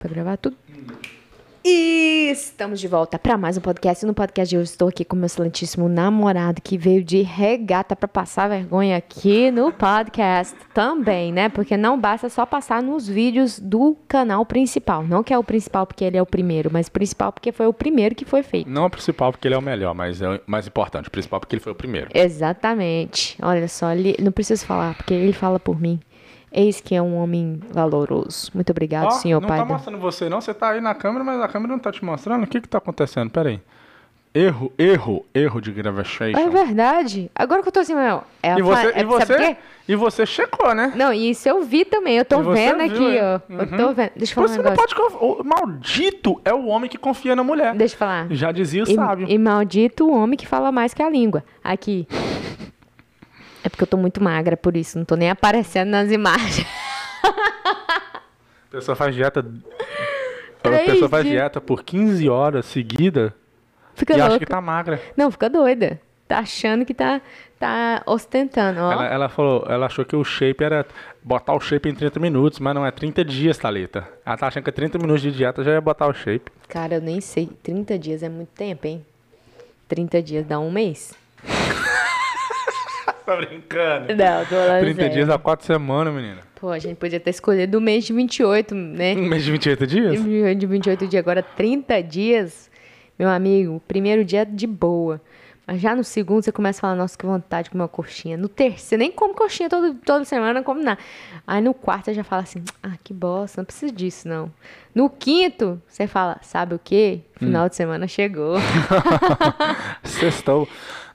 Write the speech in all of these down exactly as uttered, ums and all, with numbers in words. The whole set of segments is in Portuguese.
Pra gravar tudo. E estamos de volta para mais um podcast. No podcast de hoje estou aqui com meu excelentíssimo namorado que veio de regata para passar vergonha aqui no podcast também, né? Porque não basta só passar nos vídeos do canal principal. Não que é o principal porque ele é o primeiro, mas principal porque foi o primeiro que foi feito. Não é o principal porque ele é o melhor, mas é o mais importante. O principal porque ele foi o primeiro. Exatamente. Olha só, ele, não preciso falar porque ele fala por mim. Eis que é um homem valoroso. Muito obrigado, oh, senhor não pai. Não tá mostrando você, não? Você tá aí na câmera, mas a câmera não tá te mostrando. O que que tá acontecendo? Pera aí. Erro, erro, erro de gravation. É verdade. Agora que eu tô assim, meu... É e você, fa... é, e, você sabe e você checou, né? Não, e isso eu vi também. Eu tô vendo aqui, viu, ó. Uhum. Eu tô vendo. Deixa eu falar você um negócio. não pode... O maldito é o homem que confia na mulher. Deixa eu falar. Já dizia o e, sábio. E maldito o homem que fala mais que a língua. Aqui. É porque eu tô muito magra, por isso. Não tô nem aparecendo nas imagens. A pessoa faz dieta... A pessoa faz dieta por quinze horas seguida fica e louca. acha que tá magra. Não, fica doida. Tá achando que tá, tá ostentando, ó. Ela, ela falou, ela achou que o shape era botar o shape em trinta minutos, mas não é trinta dias, Thalita. Ela tá achando que trinta minutos de dieta já ia botar o shape. Cara, eu nem sei. trinta dias é muito tempo, hein? trinta dias dá um mês. Tá brincando? Não, tô falando trinta sério. dias dá quatro semanas, menina. Pô, a gente podia ter escolhido o mês de vinte e oito, né? Um mês de vinte e oito dias? De vinte e oito dias. Agora, trinta dias, meu amigo, o primeiro dia é de boa. Mas já no segundo, você começa a falar, nossa, que vontade de comer uma coxinha. No terceiro, você nem come coxinha todo, toda semana, não come nada. Aí no quarto, você já fala assim, ah, que bosta, não precisa disso, não. No quinto, você fala, sabe o quê? Final hum. de semana chegou. Sextou.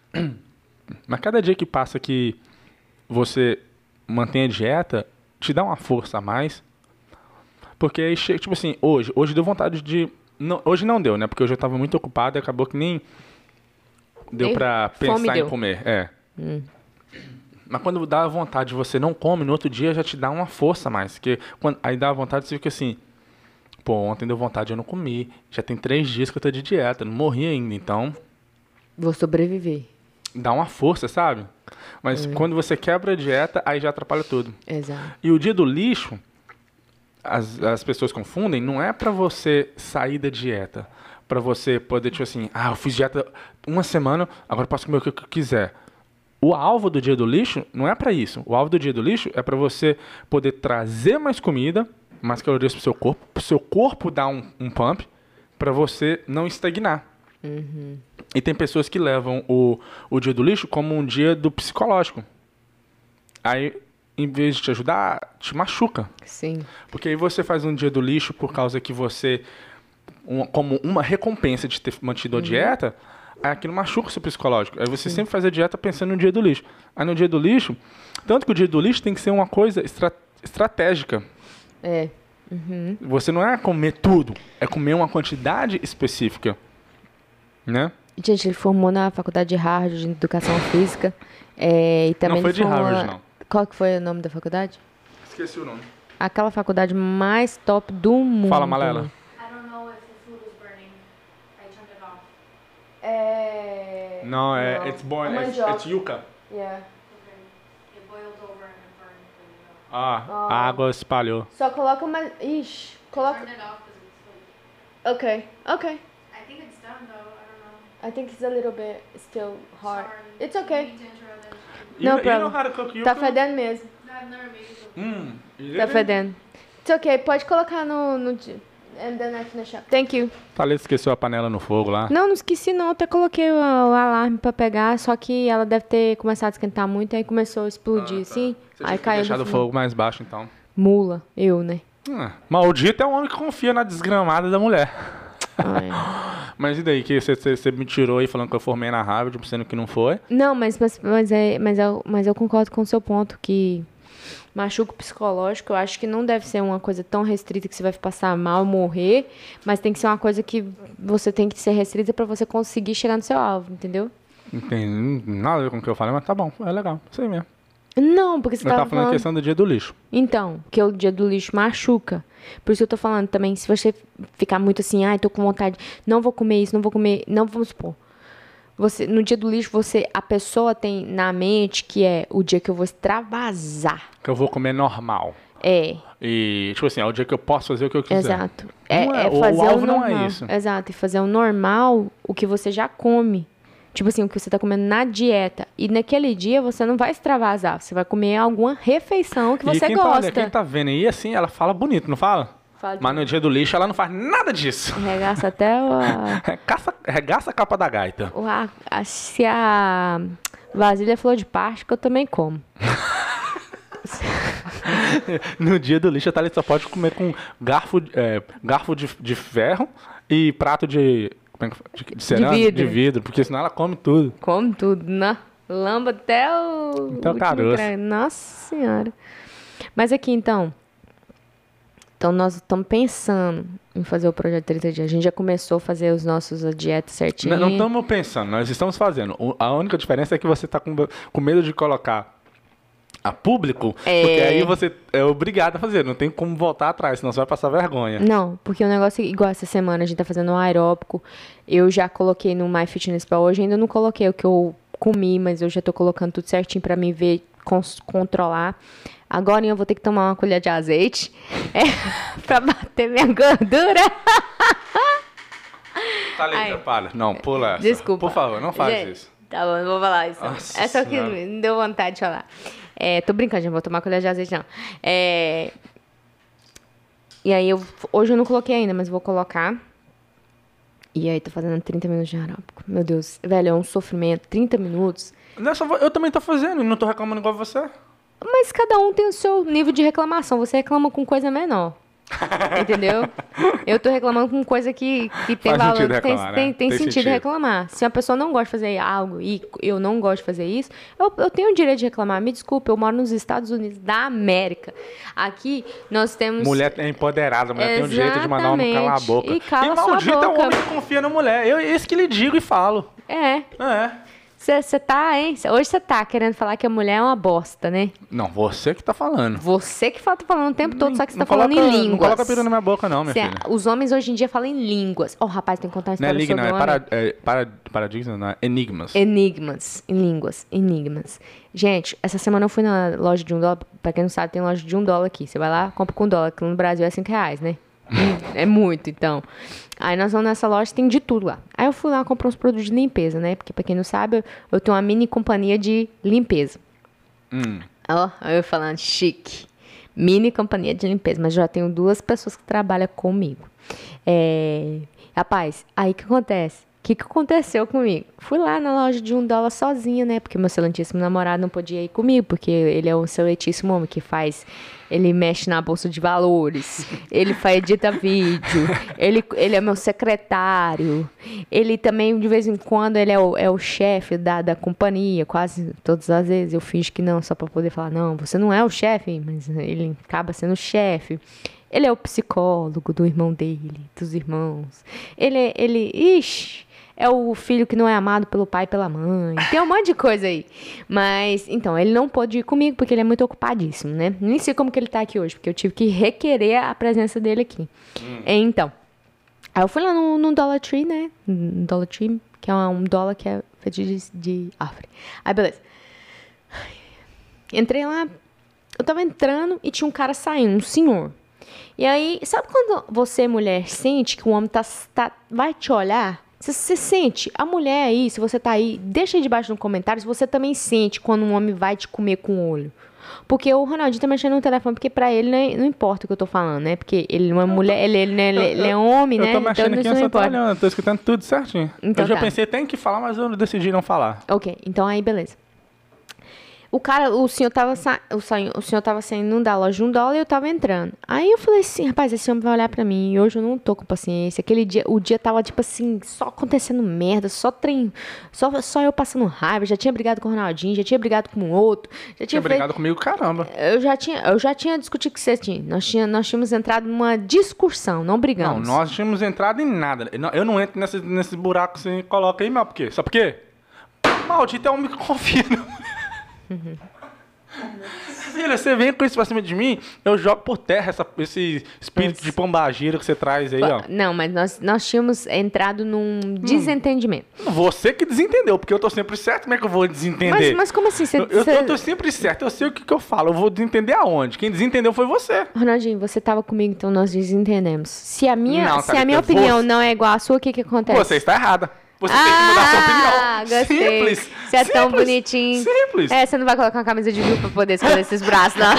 Mas cada dia que passa que você mantém a dieta, te dá uma força a mais. Porque aí chega, tipo assim, hoje, hoje deu vontade de... Não, hoje não deu, né? Porque hoje eu tava muito ocupado e acabou que nem deu pra pensar deu. em comer. É. Hum. Mas quando dá vontade você não come, no outro dia já te dá uma força a mais. Porque quando, aí dá vontade, você fica assim... Pô, ontem deu vontade, eu não comi. Já tem três dias que eu tô de dieta, não morri ainda, então... Vou sobreviver. Dá uma força, sabe? Mas hum. quando você quebra a dieta, aí já atrapalha tudo. Exato. E o dia do lixo, as, as pessoas confundem, não é pra você sair da dieta. Pra você poder, tipo assim, ah, eu fiz dieta uma semana, agora posso comer o que eu quiser. O alvo do dia do lixo não é pra isso. O alvo do dia do lixo é pra você poder trazer mais comida, mais calorias pro seu corpo, pro seu corpo dar um, um pump, pra você não estagnar. Uhum. E tem pessoas que levam o, o dia do lixo como um dia do psicológico. Aí, em vez de te ajudar, te machuca. Sim. Porque aí você faz um dia do lixo por causa que você... Um, como uma recompensa de ter mantido a uhum. dieta, aí aquilo machuca o seu psicológico. Aí você Sim. sempre faz a dieta pensando no dia do lixo. Aí no dia do lixo... Tanto que o dia do lixo tem que ser uma coisa estra, estratégica. É. Uhum. Você não é comer tudo. É comer uma quantidade específica. Né? Gente, ele formou na faculdade de Harvard de Educação Física. É, e também não foi de formou... Harvard, não. Qual que foi o nome da faculdade? Esqueci o nome. Aquela faculdade mais top do mundo. Fala, Malela. I don't know if the food was burning. I turned it off. É... Não, é... Não. It's born... It's, Mandioca. it's yuca. Yeah. Okay. It boiled over and it burned really well. Ah, Oh. a água espalhou. Só coloca mais... Ixi, coloca... Turned it off because it's like... Ok, ok. I think it's done though. I don't know. I think it's a little bit still hard. Sorry. It's You okay. need to intro them. No you, you problem. know how to cook yuca? Tá fedendo mesmo. No, I've never made it before. Hum, you Tá did it? fedendo. It's ok, pode colocar no... no di- and then I finish up. Thank you. Thalita esqueceu a panela no fogo lá. Não, não esqueci não. Até coloquei o, o alarme pra pegar, só que ela deve ter começado a esquentar muito, aí começou a explodir, Ah, tá. assim. Você Aí tinha que caiu deixar no o fogo. fogo mais baixo, então. Mula, eu, né? Hum, maldito é um homem que confia na desgramada da mulher. Ai. Mas e daí, que você, você, você me tirou aí falando que eu formei na Harvard, sendo que não foi? Não, mas, mas, mas, é, mas, eu, mas eu concordo com o seu ponto, que machuca o psicológico. Eu acho que não deve ser uma coisa tão restrita que você vai passar mal, morrer, mas tem que ser uma coisa que você tem que ser restrita pra você conseguir chegar no seu alvo, entendeu? Não tem nada a ver com o que eu falei, mas tá bom, é legal, isso aí mesmo. Não, porque você Eu tava tava falando a falando... questão do dia do lixo. Então, que o dia do lixo machuca. Por isso eu tô falando também, se você ficar muito assim, ai, tô com vontade, não vou comer isso, não vou comer, não vamos supor. Você, no dia do lixo, você, a pessoa tem na mente que é o dia que eu vou extravasar. Que eu vou comer normal. É. E, tipo assim, é o dia que eu posso fazer o que eu quiser. Exato. É, Não é- é o fazer o alvo não normal. é isso. Exato. E fazer o normal, o que você já come. Tipo assim, o que você tá comendo na dieta. E naquele dia você não vai extravasar. Você vai comer alguma refeição que E você quem gosta. tá, olha, quem tá vendo aí, assim, ela fala bonito, não fala? Fala de- Mas no dia do lixo ela não faz nada disso. Regaça até o... a- Regaça, regaça a capa da gaita. o a, a- se a vasilha for de plástico, eu também como. No dia do lixo a Thalita só pode comer com garfo, é, garfo de, de ferro e prato de, como é que- de, de cerâmica, vidro. de vidro, porque senão ela come tudo. Como tudo, né? Lamba até o... Até o último caroço. creme. Nossa Senhora. Mas aqui, então... Então, nós estamos pensando em fazer o projeto trinta dias. A gente já começou a fazer os nossos a dieta certinho. Não estamos pensando, nós estamos fazendo. O- A única diferença é que você está com, com medo de colocar a público, É. porque aí você é obrigado a fazer, não tem como voltar atrás, senão você vai passar vergonha. Não, porque o negócio é igual essa semana, a gente tá fazendo um aeróbico. Eu já coloquei no MyFitnessPal hoje, ainda não coloquei o que eu comi, mas eu já tô colocando tudo certinho pra mim ver, cons- controlar. Agora eu vou ter que tomar uma colher de azeite é, pra bater minha gordura. Thalita, Ai. para. Não, pula essa. Desculpa. Por favor, não faz Gente, isso. Tá bom, não vou falar isso. Nossa é só que Senhora. me deu vontade de falar. É, tô brincando, já não vou tomar colher de azeite, não. É, e aí, eu, hoje eu não coloquei ainda, mas vou colocar. E aí, tô fazendo trinta minutos de aeróbico. Meu Deus, velho, é um sofrimento. trinta minutos. Nessa, eu também tô fazendo e não tô reclamando igual você. Mas cada um tem o seu nível de reclamação. Você reclama com coisa menor. Entendeu? Eu tô reclamando com coisa que, que tem Faz valor. sentido tem, reclamar, tem, né? tem Tem sentido, sentido. reclamar. Se uma pessoa não gosta de fazer algo e eu não gosto de fazer isso, eu, eu tenho o direito de reclamar. Me desculpe, eu moro nos Estados Unidos da América. Aqui nós temos. Mulher é empoderada, mulher tem o direito de mandar o homem calar a boca. E cala sua maldito é o boca. homem que confia na mulher. Eu, esse que lhe digo e falo. É. É. Você tá, hein? Cê- hoje você tá querendo falar que a mulher é uma bosta, né? Não, você que tá falando. Você que fala, tá falando o tempo todo, só que você tá Não falando coloca- em línguas. Não coloca pira na minha boca, não, minha Cê- filha. os homens hoje em dia falam em línguas. Oh, rapaz, tem que contar uma Não é história liga, não. sobre É, o homem. para, é para, paradigma, não. É enigmas. Enigmas, em línguas, enigmas. Gente, essa semana eu fui na loja de um dólar. Pra quem não sabe, tem loja de um dólar aqui. Você vai lá, compra com um dólar, que no Brasil é cinco reais, né? É muito, então. Aí nós vamos nessa loja, tem de tudo lá. Aí eu fui lá comprar uns produtos de limpeza, né? Porque pra quem não sabe, eu, eu tenho uma mini companhia de limpeza. Hum. Ó, eu falando chique. Mini companhia de limpeza, mas já tenho duas pessoas que trabalham comigo. É, rapaz, aí o que acontece? O que, que aconteceu comigo? Fui lá na loja de um dólar sozinha, né? Porque meu excelentíssimo namorado não podia ir comigo, porque ele é um excelentíssimo homem que faz... Ele mexe na bolsa de valores, ele faz edita vídeo, ele, ele é meu secretário, ele também, de vez em quando, ele é o, é o chefe da, da companhia, quase todas as vezes eu finjo que não, só para poder falar, não, você não é o chefe, mas ele acaba sendo o chefe. Ele é o psicólogo do irmão dele, dos irmãos. Ele, ele, ixi, é o filho que não é amado pelo pai e pela mãe. Tem um monte de coisa aí. Mas, então, ele não pôde ir comigo porque ele é muito ocupadíssimo, né? Nem sei como que ele tá aqui hoje, porque eu tive que requerer a presença dele aqui. Hum. Então, aí eu fui lá no, no Dollar Tree, né? No Dollar Tree, que é um dólar que é feito de, de árvore. Aí, beleza. Entrei lá, eu tava entrando e tinha um cara saindo, um senhor. E aí, sabe quando você, mulher, sente que o homem tá, tá, vai te olhar? Você, você sente, a mulher aí, se você tá aí, deixa aí debaixo no comentário se você também sente quando um homem vai te comer com o olho. Porque o Ronaldinho tá mexendo no telefone, porque pra ele não, não importa o que eu tô falando, né? Porque ele não é mulher, ele, ele, ele, ele é homem, né? Eu tô mexendo então aqui, isso eu não só tô importa. olhando, eu tô escutando tudo certinho. Então eu já tá. pensei até em que falar, mas eu decidi não falar. Ok, então aí beleza. O cara, o senhor tava, sa... o, senhor, o senhor tava saindo da loja de um dólar e eu tava entrando. Aí eu falei assim, rapaz, esse homem vai olhar pra mim. E hoje eu não tô com paciência. Aquele dia, o dia tava tipo assim, só acontecendo merda, só trem, só, só eu passando raiva. Já tinha brigado com o Ronaldinho, já tinha brigado com o outro. Já tinha Tinha feito- brigado comigo, caramba. Eu já tinha, eu já tinha discutido com você, tinha. Nós, tinha, nós tínhamos entrado numa discussão, não Não, brigamos. nós tínhamos entrado em nada. Eu não- Eu não entro nesse, nesse buraco que você coloca aí, mas por quê? Sabe por quê? Maldito é um homem que confia. no- filha, você vem com isso pra cima de mim, eu jogo por terra essa, esse espírito de pombagira que você traz aí, ó. Não, mas nós, nós tínhamos entrado num desentendimento. Você que desentendeu, porque eu tô sempre certo, como é que eu vou desentender? Mas, mas como assim? Você, eu, eu, tô, você- eu tô sempre certo, eu sei o que, que eu falo, eu vou desentender aonde? Quem desentendeu foi você. Ronaldinho, você tava comigo, então nós desentendemos. Se a minha, Não, se Thalita, a minha você- opinião não é igual à sua, o que que acontece? Você está errada. Você tem que mudar a sua opinião. Ah, gostei. Simples. Você é tão Simples. bonitinho. Simples. É, você não vai colocar uma camisa de viu pra poder esconder esses braços, não.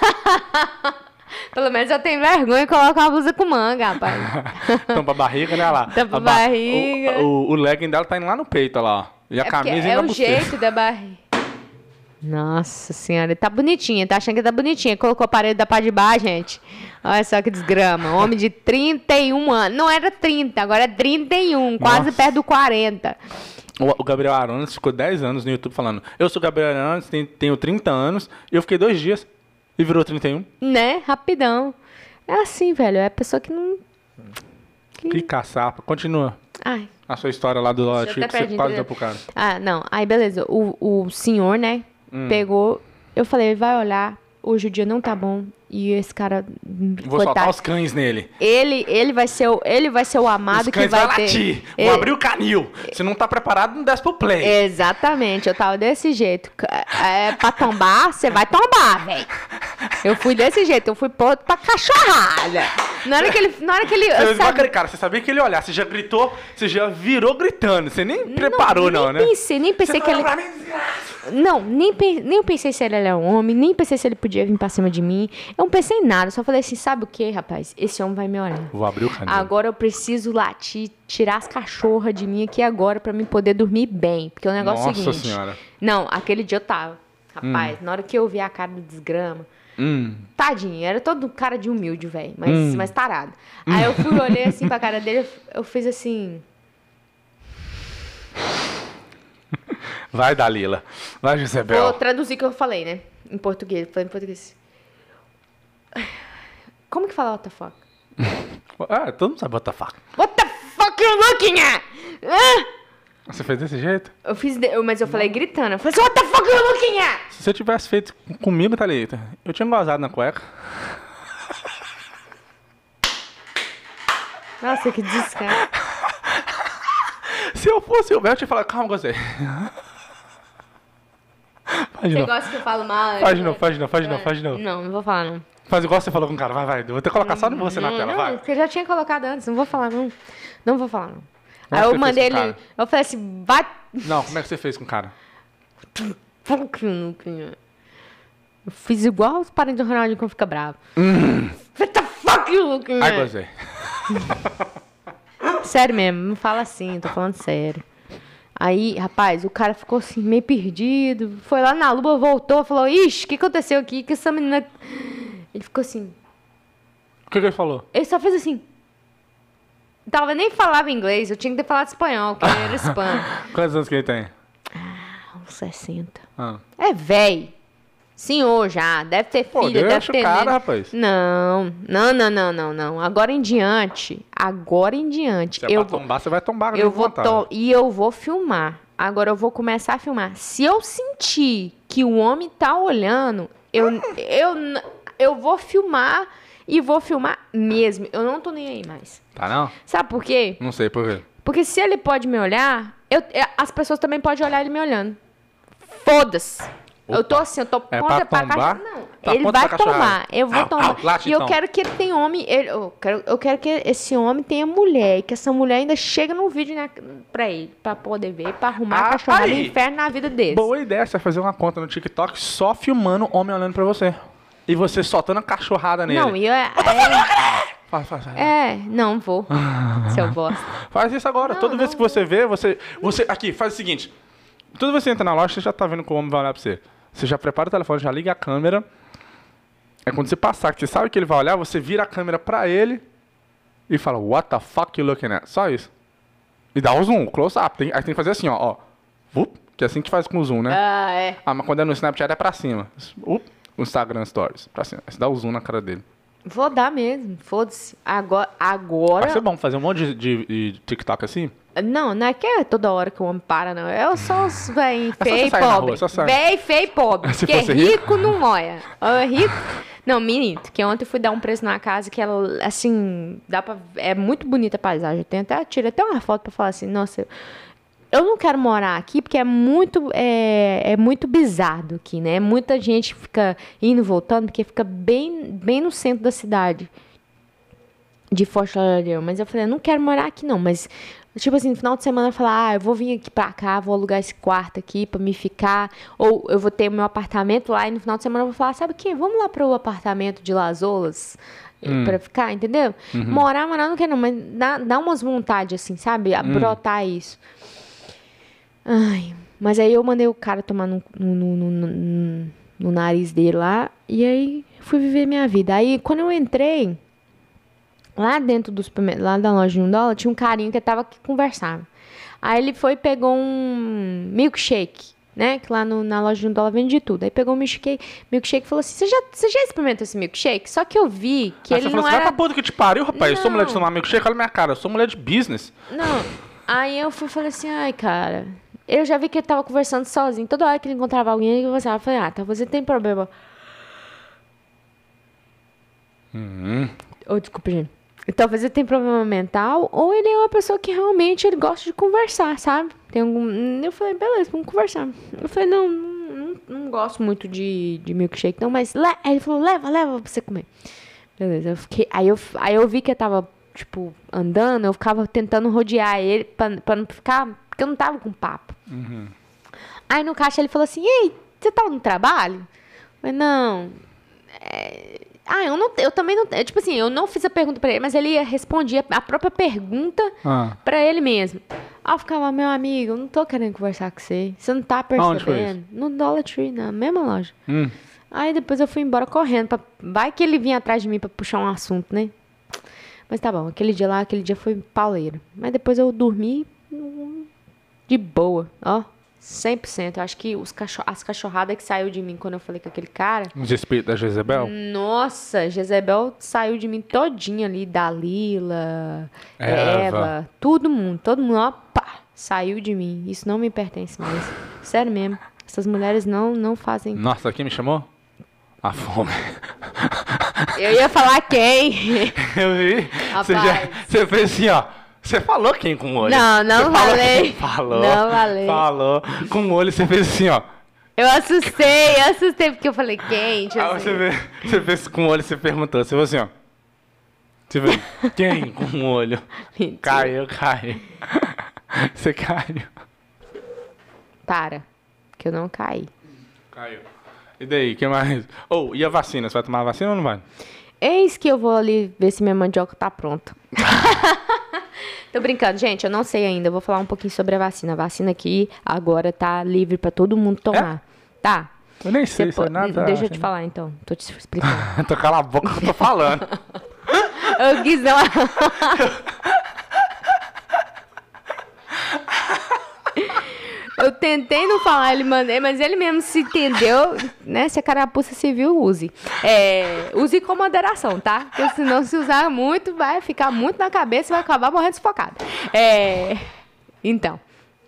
Pelo menos eu tenho vergonha e coloco uma blusa com manga, rapaz. Tampa a barriga, né? Olha lá. Tampa a ba- barriga. O, o, o legging dela tá indo lá no peito, olha lá. E a É porque camisa é ainda o buceta. jeito da barriga. Nossa senhora, tá bonitinha, tá achando que tá bonitinha. Colocou a parede da parte de baixo, gente. Olha só que desgrama. Homem de trinta e um anos. Não era trinta, agora é trinta e um, quase Nossa. perto do quarenta. O, o Gabriel Arones ficou dez anos no YouTube falando: eu sou o Gabriel Arones, tenho, tenho trinta anos, e eu fiquei dois dias e virou trinta e um. Né? Rapidão. É assim, velho. É a pessoa que não. Que caçapa. Continua Ai. a sua história lá do Deixa eu lote que até você perder, quase entendeu? deu pro cara. Ah, não. Aí, beleza. O, o senhor, né? Hum. Pegou. Eu falei, vai olhar. Hoje o dia não tá bom. E esse cara. Vou soltar os cães nele. Ele, ele, vai ser o, ele vai ser o amado Os que cães vai vai ter. latir. Ele- Vou abrir o canil. Se não tá preparado, não desce pro play. Exatamente, eu tava desse jeito. É, pra tombar, você vai tombar, velho. Eu fui desse jeito, eu fui pra, pra cachorrada. Na hora que ele. Na hora que ele Você eu viu sabe- aquele cara, você sabia que ele ia olhar, você já gritou, você já virou gritando, você nem preparou não, né? nem pensei, nem pensei Você que ele. falou pra mim, desgraça. Não, nem, pe- nem pensei se ele era um homem, nem pensei se ele podia vir pra cima de mim. Eu não pensei em nada, só falei assim, sabe o que, rapaz? Esse homem vai me olhar. Vou abrir o canil. Agora eu preciso latir, tirar as cachorras de mim aqui agora pra me poder dormir bem. Porque o negócio é o Nossa seguinte. Senhora. Não, aquele dia eu tava. Rapaz, na hora que eu vi a cara do desgrama. Hum. Tadinho, era todo cara de humilde, velho. Mas, Hum. mas tarado. Aí eu fui, olhei assim pra cara dele, eu- eu fiz assim. Vai, Dalila. Vai, Josebel. Vou traduzir o que eu falei, né? Em português. Eu falei em português. Como que fala what the fuck? Ah, todo mundo sabe what the fuck. What the fuck you looking at? Ah! Você fez desse jeito? Eu fiz, de- eu- mas eu falei gritando. Eu falei assim, what the fuck you looking at? Se você tivesse feito comigo, Thalita, eu tinha gozado na cueca. Nossa, que desgraça. Se eu fosse o Bel, eu tinha falado, calma, gozei. Faz de Você novo. gosta que eu falo mal? Faz de novo, faz de novo, faz de novo, faz de novo. Não, não vou falar, não. Faz igual você falou com o cara, vai, vai. Eu vou ter que colocar só você na não, tela, não, vai. porque eu já tinha colocado antes, não vou falar, não. Não vou falar, não. Como Aí você eu fez mandei com o ele, cara? eu falei assim, vai... Não, como é que você fez com o cara? Fuck you looking at. Eu fiz igual os parentes do Ronaldinho quando fica bravo. What the fuck you looking Ai, at? gozei. Sério mesmo, não fala assim, tô falando sério. Aí, rapaz, o cara ficou assim, meio perdido. Foi lá na lua, voltou, falou, ixi, o que aconteceu aqui? Que essa menina... Ele ficou assim... O que, que ele falou? Ele só fez assim... Talvez nem falava inglês, eu tinha que ter falado espanhol, que era espanhol. Quantos anos que ele tem? Uns sessenta. Ah. É véi. Senhor já, deve ter Pô, filha, deve deixa ter... o cara, neto. rapaz. Não, não, não, não, não, não. Agora em diante, agora em diante, Se é eu pra vou... tombar, você vai tombar. Eu de vou vontade. to- e eu vou filmar. Agora eu vou começar a filmar. Se eu sentir que o homem tá olhando, eu, eu, n- eu vou filmar e vou filmar mesmo. Eu não tô nem aí mais. Tá não? Sabe por quê? Não sei por quê. Porque se ele pode me olhar, eu- é, as pessoas também podem olhar ele me olhando. Foda-se. Eu tô assim, eu tô É ponta pra pra tombar? cachorro. Não, Tá ele ponta vai pra cachorrada. tomar. Eu vou Au, tomar. au, late E eu então. quero que ele tenha homem. ele- eu, quero, eu quero que esse homem tenha mulher. E que essa mulher ainda chega no vídeo né, pra ele. Pra poder ver. Pra arrumar Ah, a cachorrada do aí. inferno na vida dele. Boa ideia você fazer uma conta no TikTok só filmando homem olhando pra você. E você soltando a cachorrada nele. Não, e eu, é, Faz, faz, faz. é, não vou. Seu bosta. Faz isso agora. Não, Toda não vez que você vê, você, você... Aqui, faz o seguinte. Toda vez que você entra na loja, você já tá vendo que o homem vai olhar pra você. Você já prepara o telefone, já liga a câmera. É quando você passar, que você sabe que ele vai olhar, você vira a câmera pra ele e fala, what the fuck you looking at? Só isso. E dá o zoom, close up. Tem, aí tem que fazer assim, ó. ó. Vup, que é assim que faz com o zoom, né? Ah, é. Ah, mas quando é no Snapchat é pra cima. Up, o Instagram Stories, pra cima. Aí você dá o zoom na cara dele. Vou dar mesmo, foda-se. Agora, agora... Vai ser bom fazer um monte de, de, de TikTok assim? Não, não é que é toda hora que o homem para, não. Eu sou os véi só feio você e sair na pobre. rua, só sai. Véi feio e pobre. Se Porque fosse rico, rico? não moia. É rico... Não, minito, que ontem eu fui dar um preço numa casa que ela, assim, dá pra... É muito bonita a paisagem. Eu tenho até, tirei até uma foto pra falar assim, nossa... Eu não quero morar aqui porque é muito, é, é muito bizarro aqui, né? Muita gente fica indo e voltando porque fica bem, bem no centro da cidade de Fort Lauderdale. Mas eu falei, eu não quero morar aqui não, mas tipo assim, no final de semana eu falar, ah, eu vou vir aqui pra cá, vou alugar esse quarto aqui pra me ficar, ou eu vou ter o meu apartamento lá e no final de semana eu vou falar, sabe o quê? Vamos lá pro apartamento de Las Olas hum. pra ficar, entendeu? Uhum. Morar, morar não quero não, mas dá, dá umas vontades assim, sabe? A hum. brotar isso. Ai, mas aí eu mandei o cara tomar no, no, no, no, no nariz dele lá, e aí fui viver minha vida. Aí, quando eu entrei, lá dentro do supermercado, lá da loja de um dólar, tinha um carinho que tava aqui conversando. Aí ele foi e pegou um milkshake, né, que lá no, na loja de um dólar vende de tudo. Aí pegou um milkshake, milkshake e falou assim, você já, você já experimentou esse milkshake? Só que eu vi que aí ele não assim, era... Vai pra puta que te pariu, rapaz, não. Eu sou mulher de tomar milkshake, olha minha cara, eu sou mulher de business. Não, aí eu fui, falei assim, ai, cara... Eu já vi que ele tava conversando sozinho. Toda hora que ele encontrava alguém, ele conversava. Eu falei, ah, talvez ele tenha problema. Uhum. Oh, desculpa, gente. Talvez ele tenha problema mental, ou ele é uma pessoa que realmente ele gosta de conversar, sabe? Tem algum... Eu falei, beleza, vamos conversar. Eu falei, não, não, não gosto muito de, de milkshake, não, mas... Le... Aí ele falou, leva, leva pra você comer. Beleza, eu fiquei... Aí eu, aí eu vi que eu tava, tipo, andando, eu ficava tentando rodear ele pra, pra não ficar... Porque eu não tava com papo. Uhum. Aí no caixa ele falou assim, ei, você tá no trabalho? Eu falei, não. É... Ah, eu não, eu também não, tipo assim, eu não fiz a pergunta pra ele, mas ele respondia a própria pergunta ah. pra ele mesmo. Aí eu ficava, meu amigo, eu não tô querendo conversar com você, você não tá percebendo. No Dollar Tree, na mesma loja. Hum. Aí depois eu fui embora correndo, pra, vai que ele vinha atrás de mim pra puxar um assunto, né? Mas tá bom, aquele dia lá, aquele dia foi pauleiro. Mas depois eu dormi... De boa, ó, cem por cento. Eu acho que os cachor- as cachorradas que saiu de mim quando eu falei com aquele cara... Os espíritos da Jezebel? Nossa, Jezebel saiu de mim todinha ali, Dalila, Eva, Eva todo mundo, todo mundo, ó, pá, saiu de mim. Isso não me pertence mais. Sério mesmo, essas mulheres não, não fazem... Nossa, quem me chamou? A fome. Eu ia falar quem? Eu vi. Você, já, você fez assim, ó. Você falou quem com o olho? Não, não você falei. Falou. Não falei. Falou. Com o olho você fez assim, ó. Eu assustei, eu assustei porque eu falei quente. Ah, assim. você, fez, você fez com o olho, você perguntou. Você falou assim, ó. Você fez quem com o olho? Mentira. Caiu, caiu. Você caiu. Para, que eu não caí. Caiu. E daí, o que mais? Ou, oh, e a vacina? Você vai tomar a vacina ou não vai? Eis que eu vou ali ver se minha mandioca tá pronta. Tô brincando, gente, eu não sei ainda. Eu vou falar um pouquinho sobre a vacina. A vacina aqui agora tá livre pra todo mundo tomar. É? Tá. Eu nem sei, Cê se é nada. Deixa eu te falar então. Tô te explicando. Tô cala a boca que eu tô falando. Eu quis dar uma... Eu tentei não falar, ele mandei, mas ele mesmo se entendeu, né? Se a carapuça se viu, use. É, use com moderação, tá? Porque senão, se usar muito, vai ficar muito na cabeça e vai acabar morrendo sufocado. É, então.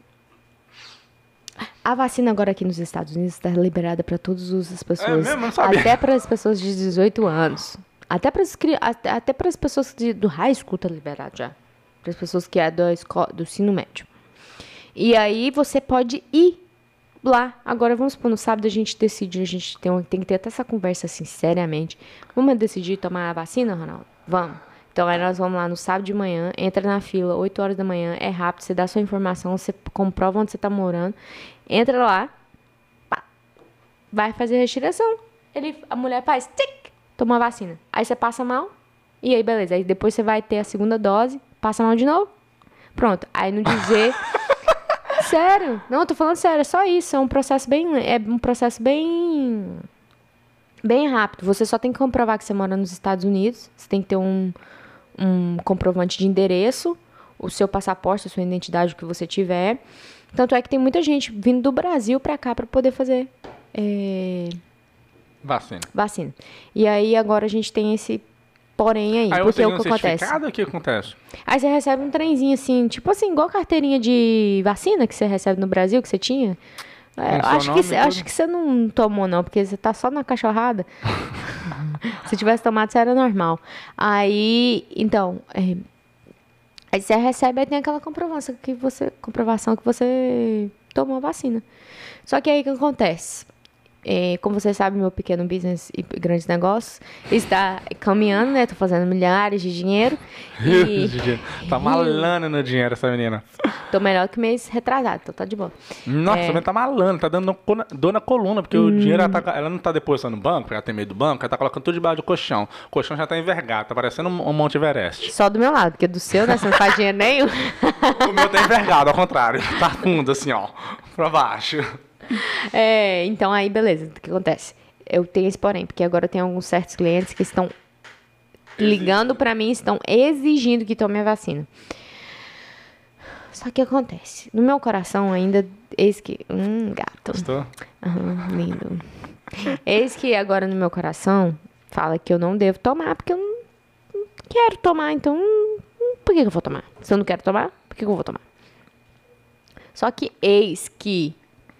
A vacina agora aqui nos Estados Unidos está liberada para todas as pessoas. É mesmo? Não sabia. Até para as pessoas de dezoito anos. Até para as, até, até para as pessoas de, do high school está liberado já. Para as pessoas que é do, escola, do ensino médio. E aí você pode ir lá. Agora vamos supor, no sábado a gente decide, a gente tem, tem que ter até essa conversa assim, seriamente. Vamos decidir tomar a vacina, Ronaldo? Vamos. Então aí nós vamos lá no sábado de manhã, entra na fila, oito horas da manhã, é rápido, você dá sua informação, você comprova onde você tá morando, entra lá, pá, vai fazer a retiração. Ele, a mulher faz, tic, toma a vacina. Aí você passa mal, e aí beleza. Aí depois você vai ter a segunda dose, passa mal de novo, pronto. Aí no dizer... Sério, não, eu tô falando sério, é só isso, é um processo bem, é um processo bem, bem rápido. Você só tem que comprovar que você mora nos Estados Unidos, você tem que ter um, um comprovante de endereço, o seu passaporte, a sua identidade, o que você tiver. Tanto é que tem muita gente vindo do Brasil pra cá pra poder fazer é, vacina. vacina. E aí agora a gente tem esse porém aí, Aí porque você o ganha um que acontece? certificado, o que acontece? Aí você recebe um trenzinho assim, tipo assim, igual carteirinha de vacina que você recebe no Brasil, que você tinha. É, Com eu seu acho, nome que, e eu acho tudo? que você não tomou, não, porque você tá só na cachorrada. Se tivesse tomado, isso era normal. Aí, então, é, aí você recebe, aí tem aquela comprovação que você, comprovação que você tomou a vacina. Só que aí o que acontece? É, como você sabe, meu pequeno business e grandes negócios está caminhando, né? Tô fazendo milhares de dinheiro. E Tá malando no dinheiro essa menina. tô melhor que mês retrasado, então tá de boa. Nossa, É. essa menina tá malando, tá dando co- dor na coluna, porque Hum. o dinheiro, ela, tá- ela não tá depositando no banco, porque ela tem medo do banco, ela tá colocando tudo debaixo do colchão. O colchão já tá envergado, tá parecendo um, um Monte Everest. Só do meu lado, porque do seu, né? Você não faz dinheiro nenhum. O meu tá envergado, ao contrário. Tá fundo, assim, ó, pra baixo. É, então aí, beleza. O que acontece? Eu tenho esse porém, porque agora tem alguns certos clientes que estão ligando pra mim, estão exigindo que tome a vacina. Só que acontece. No meu coração ainda, eis que... Hum, gato. Gostou? Aham, lindo. Eis que agora no meu coração fala que eu não devo tomar, porque eu não, não quero tomar, então hum, hum, por que, que eu vou tomar? Se eu não quero tomar, por que, que eu vou tomar? Só que eis que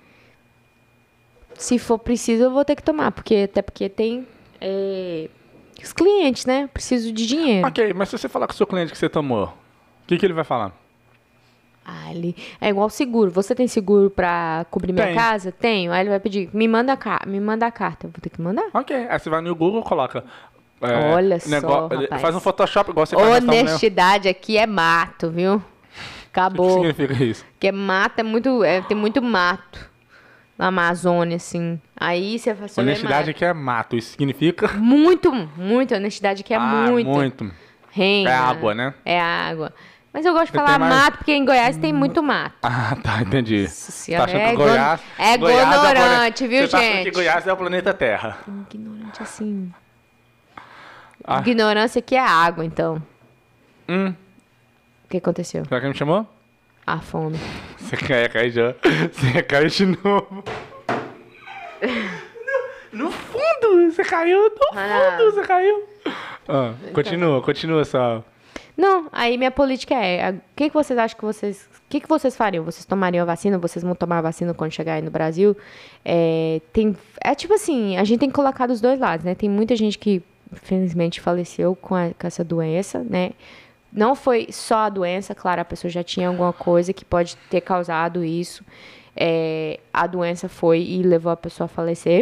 se for preciso eu vou ter que tomar, porque até porque tem é, os clientes, né? Preciso de dinheiro. Ok, mas se você falar com o seu cliente que você tomou, o que, que ele vai falar? Ah, ele... É igual seguro. Você tem seguro pra cobrir minha Tenho. casa? Tenho. Aí ele vai pedir, me manda a, ca... me manda a carta. Eu vou ter que mandar. Ok, aí você vai no Google, coloca... é, Olha só, rapaz. Faz um Photoshop igual você faz nas thumbnail. Honestidade aqui é mato, viu? O Acabou. que significa isso? Porque mato é muito. É, tem muito mato na Amazônia, assim. Aí você faz. você vê Honestidade aqui é mato, isso significa... mato. Muito, muito. Honestidade aqui é ah, muito. muito. Renga. É água, né? É água. Mas eu gosto de Você falar tem mais- mato porque em Goiás tem muito mato. Ah, tá, entendi. Nossa Tá senhora, achando é que Goiás... gon- é Goiás o plane- ignorante, viu, Você tá achando que gente? Goiás é o planeta Terra. Ignorante assim. Ah. Ignorância aqui é água, então. Hum, O que aconteceu? será que me chamou? A fome. Você quer cair já? Você caiu de novo. No, no fundo, você caiu. No Ah. fundo, você caiu. Ah, continua, continua só. Não, aí minha política é, a- o que, que vocês acham que vocês, o que, que vocês fariam? Vocês tomariam a vacina? Vocês vão tomar a vacina quando chegar aí no Brasil? É, tem, é tipo assim, a gente tem que colocar dos dois lados, né? Tem muita gente que, infelizmente, faleceu com, a- com essa doença, né? Não foi só a doença, claro, a pessoa já tinha alguma coisa que pode ter causado isso. É, a doença foi e levou a pessoa a falecer.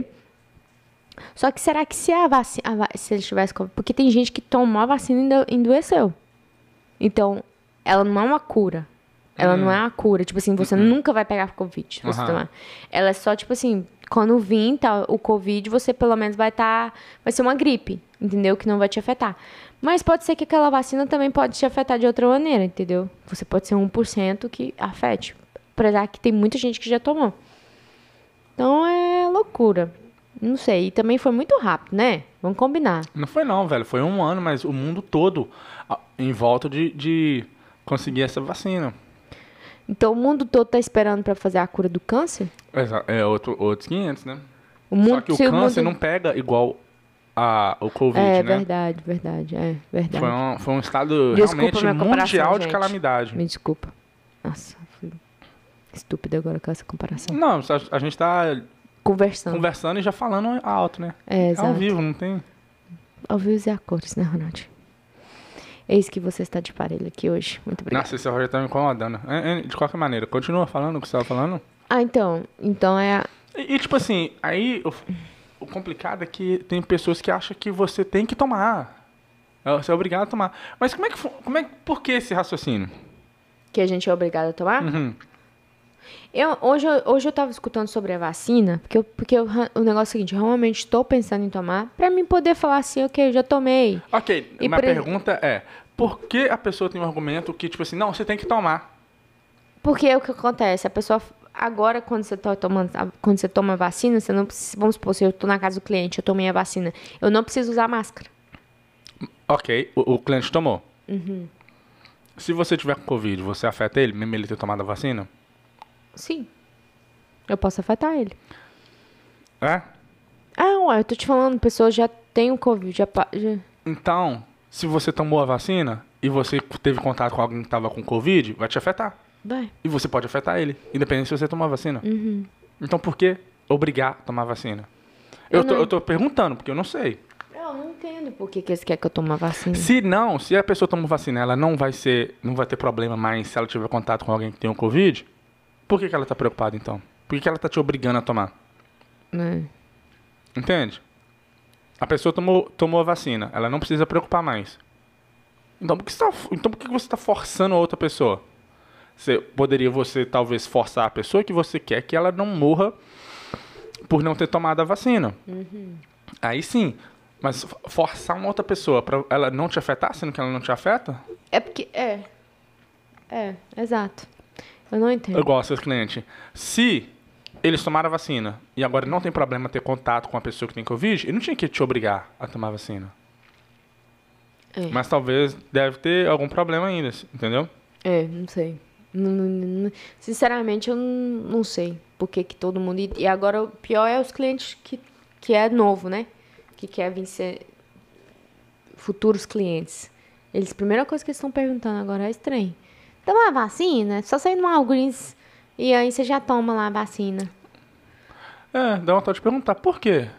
Só que será que se a vacina, se ele tivesse, co- porque tem gente que tomou a vacina e ainda endoeceu. Então, ela não é uma cura. Ela não é uma cura. Tipo assim, você nunca vai pegar Covid se você Aham. tomar. Ela é só, tipo assim, quando vir tá, o Covid, você pelo menos vai estar... vai ser uma gripe, entendeu? Que não vai te afetar. Mas pode ser que aquela vacina também pode te afetar de outra maneira, entendeu? Você pode ser um por cento que afete. Apesar que tem muita gente que já tomou. Então, é loucura. Não sei. E também foi muito rápido, né? Vamos combinar. Não foi não, velho. Foi um ano, mas o mundo todo a- em volta de, de conseguir essa vacina. Então, o mundo todo tá esperando pra fazer a cura do câncer? Exa- É outro, outros quinhentos, né? O mundo, Só que o se câncer mundo- não pega igual a, o Covid, É né? verdade, verdade. É verdade. Foi um, foi um estado Desculpa realmente minha comparação, mundial de gente. calamidade. Me desculpa. Nossa, fui estúpida agora com essa comparação. Não, a, a gente tá Conversando. conversando e já falando alto, né? É, É exato. ao vivo, não tem... Ao vivo e a cores, né, Ronaldo? Eis que você está de parelho aqui hoje. Muito obrigada. Nossa, esse Roger tá me incomodando. É, é, de qualquer maneira, continua falando o que você tava falando. Ah, então. Então é... a- E, e, tipo assim, aí o, o complicado é que tem pessoas que acham que você tem que tomar. É, você é obrigado a tomar. Mas como é que... fu- Como é, que- por que esse raciocínio? que a gente é obrigado a tomar? Uhum. Eu, hoje, eu- hoje eu tava escutando sobre a vacina, porque, eu, porque eu ra- o negócio é o seguinte, eu realmente estou pensando em tomar, pra mim poder falar assim, ok, eu já tomei. Ok, E minha por ex- pergunta é... Por que a pessoa tem um argumento que, tipo assim, não, você tem que tomar? Porque o que acontece, a pessoa, agora quando você, tá tomando, a- quando você toma a vacina, você não precisa, vamos supor, se eu tô na casa do cliente, eu tomei a vacina, eu não preciso usar máscara. Ok, o, o cliente tomou. Uhum. Se você tiver com Covid, você afeta ele, mesmo ele ter tomado a vacina? Sim. Eu posso afetar ele. É? Ah, ué, eu tô te falando, pessoas já têm o Covid, já, pa- já... Então, Se você tomou a vacina e você teve contato com alguém que estava com Covid, vai te afetar. Vai. E você pode afetar ele, independente se você tomar a vacina. Uhum. Então por que obrigar a tomar a vacina? Eu, Eu tô, não- eu tô perguntando, porque eu não sei. Eu não entendo por que, que eles querem que eu tome uma vacina. Se não, se a pessoa toma vacina, ela não vai ser, não vai ter problema mais se ela tiver contato com alguém que tem o Covid, por que, que ela tá preocupada então? Por que, que ela tá te obrigando a tomar? É. Entende? A pessoa tomou, tomou a vacina, ela não precisa preocupar mais. Então por que você tá, então, por que você está forçando a outra pessoa? Você, poderia você talvez forçar a pessoa que você quer que ela não morra por não ter tomado a vacina. Uhum. Aí sim, mas forçar uma outra pessoa para ela não te afetar, sendo que ela não te afeta? É porque. É. É, exato. Eu não entendo. Igual seus clientes. Se eles tomaram a vacina e agora não tem problema ter contato com a pessoa que tem Covid, ele não tinha que te obrigar a tomar a vacina. É. Mas talvez deve ter algum problema ainda, entendeu? É, não sei. Não- não- não- sinceramente, eu não, não sei por que que todo mundo... E e agora o pior é os clientes que, que é novo, né? Que quer vir ser futuros clientes. Eles, a primeira coisa que eles estão perguntando agora é estranho. Toma a vacina? Só sair no Walgreens e aí você já toma lá a vacina. É, dá vontade de perguntar, por quê?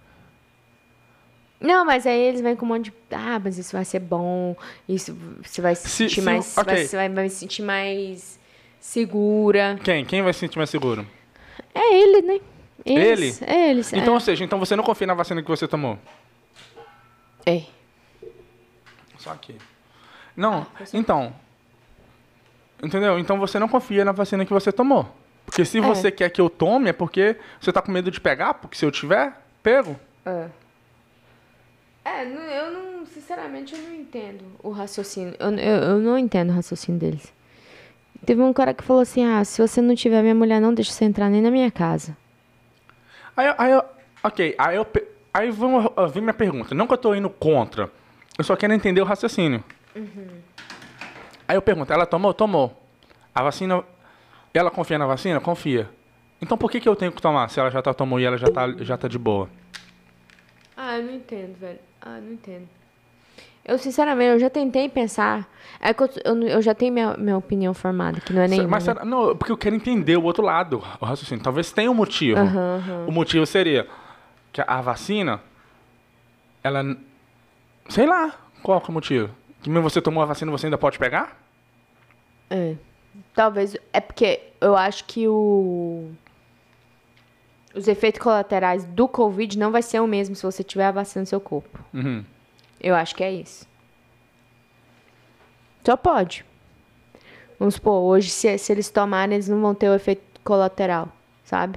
Não, mas aí eles vêm com um monte de... Ah, mas isso vai ser bom. Isso você vai se Se- sentir se- mais... ok. Vai, você vai, vai se sentir mais segura. Quem? Quem vai se sentir mais seguro? É ele, né? Eles, Ele? Eles, Então, é. ou seja, então você não confia na vacina que você tomou? É. Só aqui. Não, Ah, você- então... Entendeu? Então você não confia na vacina que você tomou. Porque se É. você quer que eu tome, é porque você tá com medo de pegar, porque se eu tiver, pego. É. É, não- eu não, sinceramente, eu não entendo o raciocínio. Eu, eu, eu não entendo o raciocínio deles. Teve um cara que falou assim: ah, se você não tiver, minha mulher não deixa você entrar nem na minha casa. Aí, eu- aí eu, ok, aí eu, pe- aí vem, vem minha pergunta. Não que eu tô indo contra, eu só quero entender o raciocínio. Aí eu pergunto, ela tomou? Tomou. A vacina, ela confia na vacina? Confia. Então por que, que eu tenho que tomar se ela já tá tomou e ela já tá, já tá de boa? Ah, eu não entendo, velho. Ah, eu não entendo. Eu, sinceramente, eu já tentei pensar. É que eu, eu, eu já tenho minha, minha opinião formada, que não é nenhuma. Mas né? será- não, porque eu quero entender o outro lado, o raciocínio. Talvez tenha um motivo. Aham, aham. O motivo seria que a, a vacina, ela, n- sei lá, qual que é o motivo? Que mesmo você tomou a vacina, você ainda pode pegar? É. Talvez. É porque eu acho que o. Os efeitos colaterais do Covid não vai ser o mesmo se você tiver a vacina no seu corpo. Uhum. Eu acho que é isso. Só pode. Vamos supor, hoje, se, se eles tomarem, eles não vão ter o efeito colateral, sabe?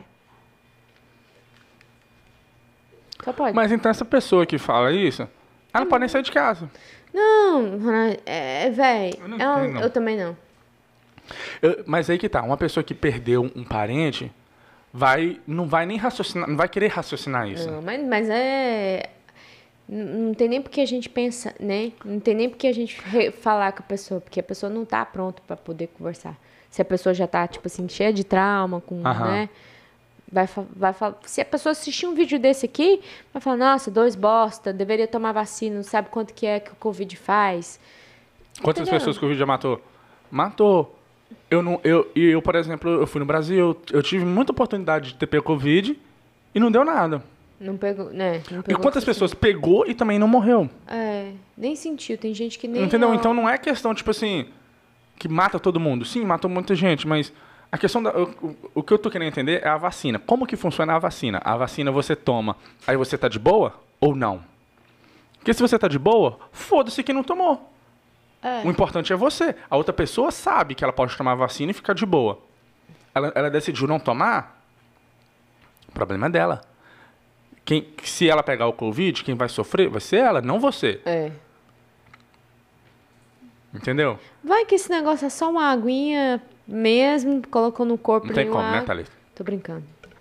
Só pode. Mas então essa pessoa que fala isso, ela não pode nem sair de casa. Não, Ronald, é, véi. Eu não é um- entendo, não. eu também não. Eu- mas aí que tá, uma pessoa que perdeu um, um parente, vai, não vai nem raciocinar, não vai querer raciocinar isso. Não, mas, mas é. n- Não tem nem porque a gente pensa, né? Não tem nem porque a gente re- falar com a pessoa, porque a pessoa não tá pronta pra poder conversar. Se a pessoa já tá, tipo assim, cheia de trauma, com, Aham. né? Vai, fa- vai falar. Se a pessoa assistir um vídeo desse aqui, vai falar, nossa, dois bosta, deveria tomar vacina, não sabe quanto que é que o Covid faz. Quantas Entendeu? pessoas que o vídeo já matou? Matou. Eu não, eu, e eu, por exemplo, eu fui no Brasil, eu tive muita oportunidade de ter pego Covid e não deu nada. Não pegou, né? Não E pegou quantas o que você pessoas pegou e também não morreu? sentiu. É, nem sentiu. Tem gente que nem. Entendeu? ó, Então não é questão, tipo assim, que mata todo mundo. Sim, matou muita gente, mas a questão da. O, o- o que eu tô querendo entender é a vacina. Como que funciona a vacina? A vacina você toma, aí você tá de boa ou não? Porque se você tá de boa, foda-se quem não tomou. É. O importante é você. A outra pessoa sabe que ela pode tomar a vacina e ficar de boa. Ela, ela decidiu não tomar, o problema é dela. Quem, se ela pegar o Covid, quem vai sofrer vai ser ela, não você. É. Entendeu? Vai que esse negócio é só uma aguinha mesmo, colocou no corpo. Não tem nenhuma como, né, água. Thalita? Tô brincando.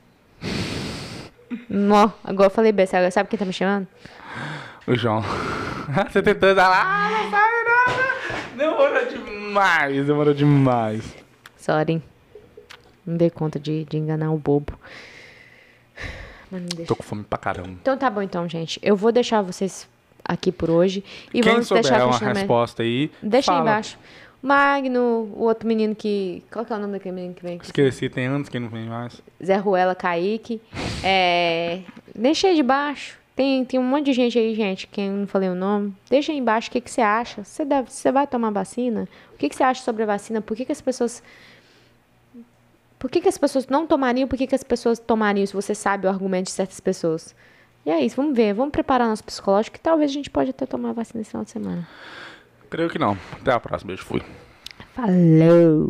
Nó, agora eu falei besteira. Sabe quem tá me chamando? O João. Você tentou dar lá, ah, não sabe nada. Demorou demais, demorou demais. Sorry. Não dei conta de, de enganar o bobo. Mas não deixa. Tô com fome pra caramba. Então tá bom então, gente. Eu vou deixar vocês aqui por hoje. E Quem vamos souber deixar uma questionamento. resposta aí, Deixa aí fala. embaixo. O Magno, o outro menino que... Qual que é o nome daquele menino que vem aqui? Esqueci, tem anos que não vem mais. Zé Ruela, Kaique. É, deixa aí de baixo. Tem, tem um monte de gente aí, gente, que eu não falei o nome. Deixa aí embaixo o que, que você acha. Você, deve, você vai tomar vacina? O que, que você acha sobre a vacina? Por que, que as pessoas... Por que, que as pessoas não tomariam? Por que, que as pessoas tomariam, se você sabe o argumento de certas pessoas? E é isso, vamos ver. Vamos preparar nosso psicológico, que talvez a gente pode até tomar vacina esse final de semana. Creio que não. Até a próxima. Beijo. Fui. Falou!